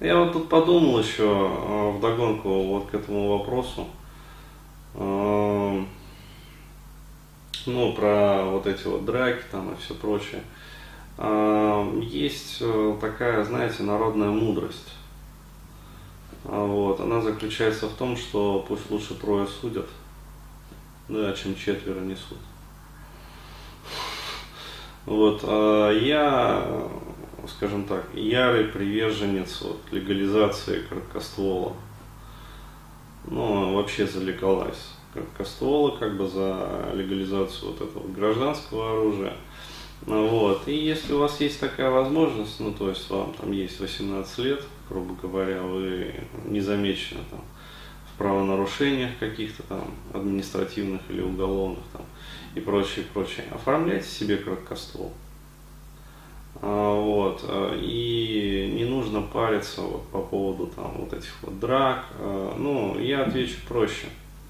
Я вот тут подумал еще вдогонку вот к этому вопросу, ну, про вот эти вот драки там и все прочее. Есть такая, знаете, народная мудрость. Вот, она заключается в том, что пусть лучше трое судят, да, чем четверо несут. Вот, я, скажем так, ярый приверженец вот, легализации короткоствола. Ну, вообще за легалайз короткоствола, как бы за легализацию вот этого гражданского оружия. Ну, вот. И если у вас есть такая возможность, ну, то есть вам там есть 18 лет, грубо говоря, вы не замечены там в правонарушениях каких-то там административных или уголовных там и прочее, прочее, оформляйте себе короткоствол. Вот. И не нужно париться вот по поводу там вот этих вот драк. Ну, я отвечу проще.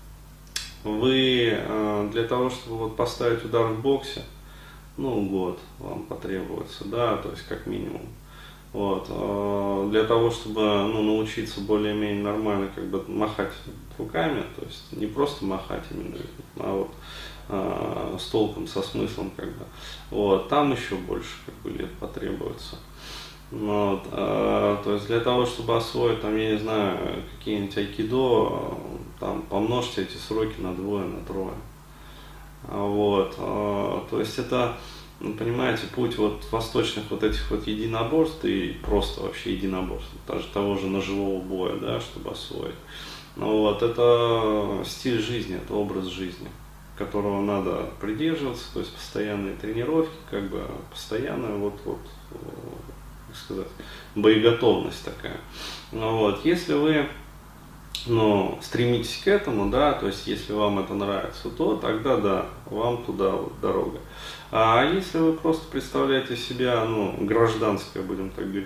Вы для того, чтобы вот поставить удар в боксе, ну, год вам потребуется, да, то есть как минимум. Вот. Для того, чтобы ну, научиться более-менее нормально как бы махать руками, то есть не просто махать именно, а вот с толком, со смыслом, как бы. Вот, там еще больше как бы лет потребуется. Вот, то есть для того, чтобы освоить, там, я не знаю, какие-нибудь айкидо, там, помножьте эти сроки на двое, на трое. Вот, то есть это, ну, понимаете, путь вот восточных вот этих вот единоборств и просто вообще единоборств, даже того же ножевого боя, да, чтобы освоить. Вот, это стиль жизни, это образ жизни, которого надо придерживаться, то есть постоянные тренировки, как бы постоянная вот, как сказать, боеготовность такая. Вот, если вы стремитесь к этому, да, то есть если вам это нравится, то тогда да, вам туда вот дорога. А если вы просто представляете себя, ну, гражданское, будем так говорить,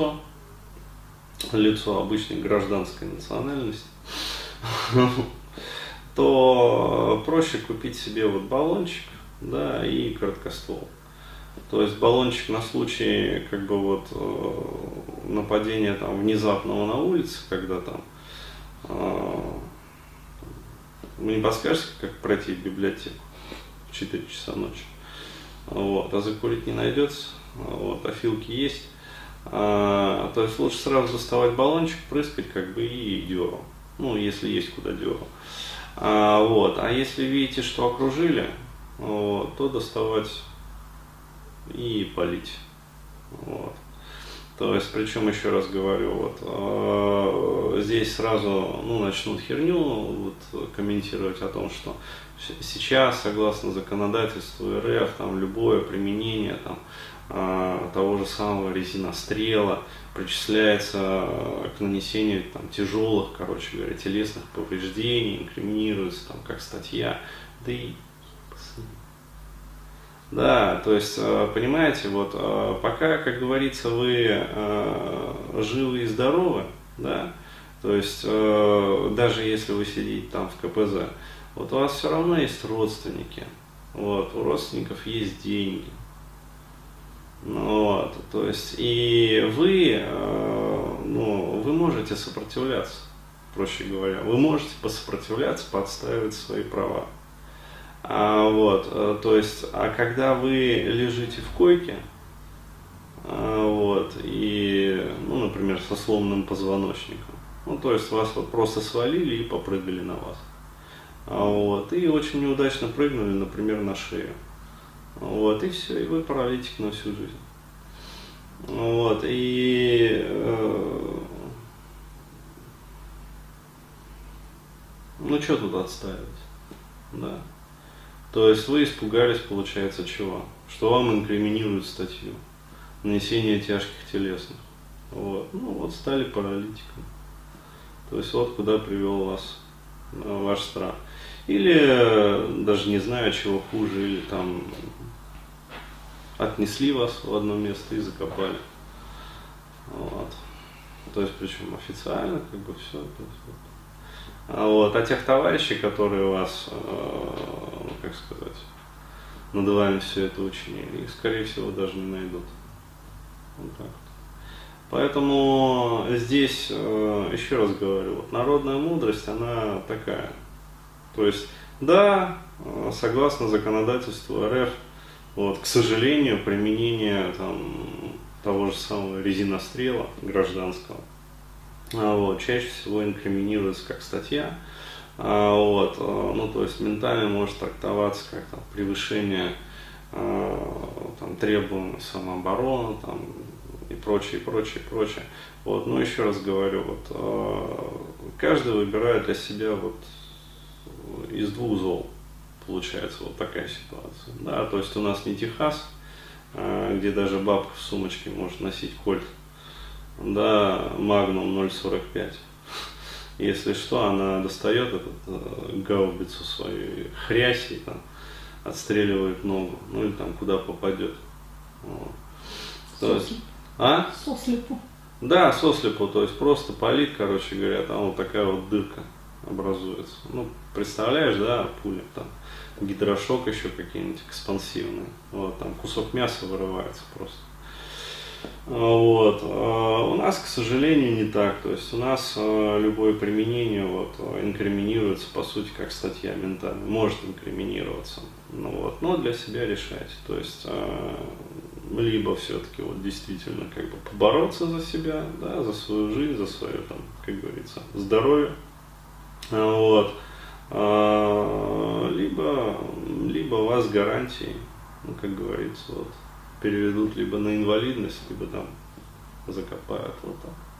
лицо обычной гражданской национальности, то проще купить себе вот баллончик, да, и короткоствол. То есть баллончик на случай как бы вот нападения там внезапного на улице, когда там вы не подскажете, как пройти в библиотеку в 4 часа ночи. Вот, а закурить не найдется, вот, а филки есть. То есть лучше сразу доставать баллончик, прыскать как бы и дёру. Ну, если есть куда дёру. Вот, а если видите, что окружили, вот, то доставать и полить. Вот. То есть, причем еще раз говорю, вот здесь сразу начнут херню вот, комментировать о том, что сейчас, согласно законодательству РФ, там любое применение там, того же самого резинострела причисляется к нанесению там, тяжелых, короче говоря, телесных повреждений, инкриминируется там, как статья. Да и да, то есть, понимаете, вот пока, как говорится, вы живы и здоровы, да, то есть даже если вы сидите там в КПЗ, вот у вас все равно есть родственники, вот, у родственников есть деньги, вот, то есть и вы, вы можете сопротивляться, проще говоря, вы можете посопротивляться, подстаивать свои права. То есть, когда вы лежите в койке, вот, и, например, со сломанным позвоночником, то есть вас вот просто свалили и попрыгали на вас, вот, и очень неудачно прыгнули, например, на шею, вот, и все, и вы паралитик на всю жизнь, вот, и, что тут отстаивать, да. То есть вы испугались, получается, чего? Что вам инкриминируют статью нанесение тяжких телесных. Вот, стали паралитиком. То есть вот куда привел вас ваш страх. Или даже не знаю, чего хуже, или там отнесли вас в одно место и закопали. Вот. То есть причем официально, как бы все. А тех товарищей, которые вас, как сказать, над вами все это учинили, их, скорее всего, даже не найдут. Вот так вот. Поэтому здесь, еще раз говорю, вот народная мудрость, она такая. То есть, да, согласно законодательству РФ, вот, к сожалению, применение там, того же самого резинострела гражданского вот, чаще всего инкриминируется как статья. Вот, ну, то есть ментально может трактоваться как там, превышение там, требований самообороны там, и прочее, прочее, прочее. Вот, но еще раз говорю, вот, каждый выбирает для себя вот, из двух зол. Получается вот такая ситуация. Да, то есть у нас не Техас, где даже бабка в сумочке может носить кольт, да, Magnum 0,45. Если что, она достает этот гаубицу свою, хрясь и там отстреливает ногу, ну или там куда попадет. Вот. То есть, Сослепу. Да, сослепу, то есть просто палит, короче говоря, там вот такая вот дырка образуется. Ну, представляешь, да, пуля там, гидрошок еще какие-нибудь экспансивные, вот, там кусок мяса вырывается просто. Вот. У нас, к сожалению, не так. То есть у нас любое применение вот, инкриминируется, по сути, как статья ментальная. Может инкриминироваться. Ну, вот. Но для себя решать. То есть либо все-таки вот, действительно как бы побороться за себя, да, за свою жизнь, за свое, там, как говорится, здоровье. Вот. Либо вас гарантии, ну, как говорится, вот, переведут либо на инвалидность, либо там закопают вот так.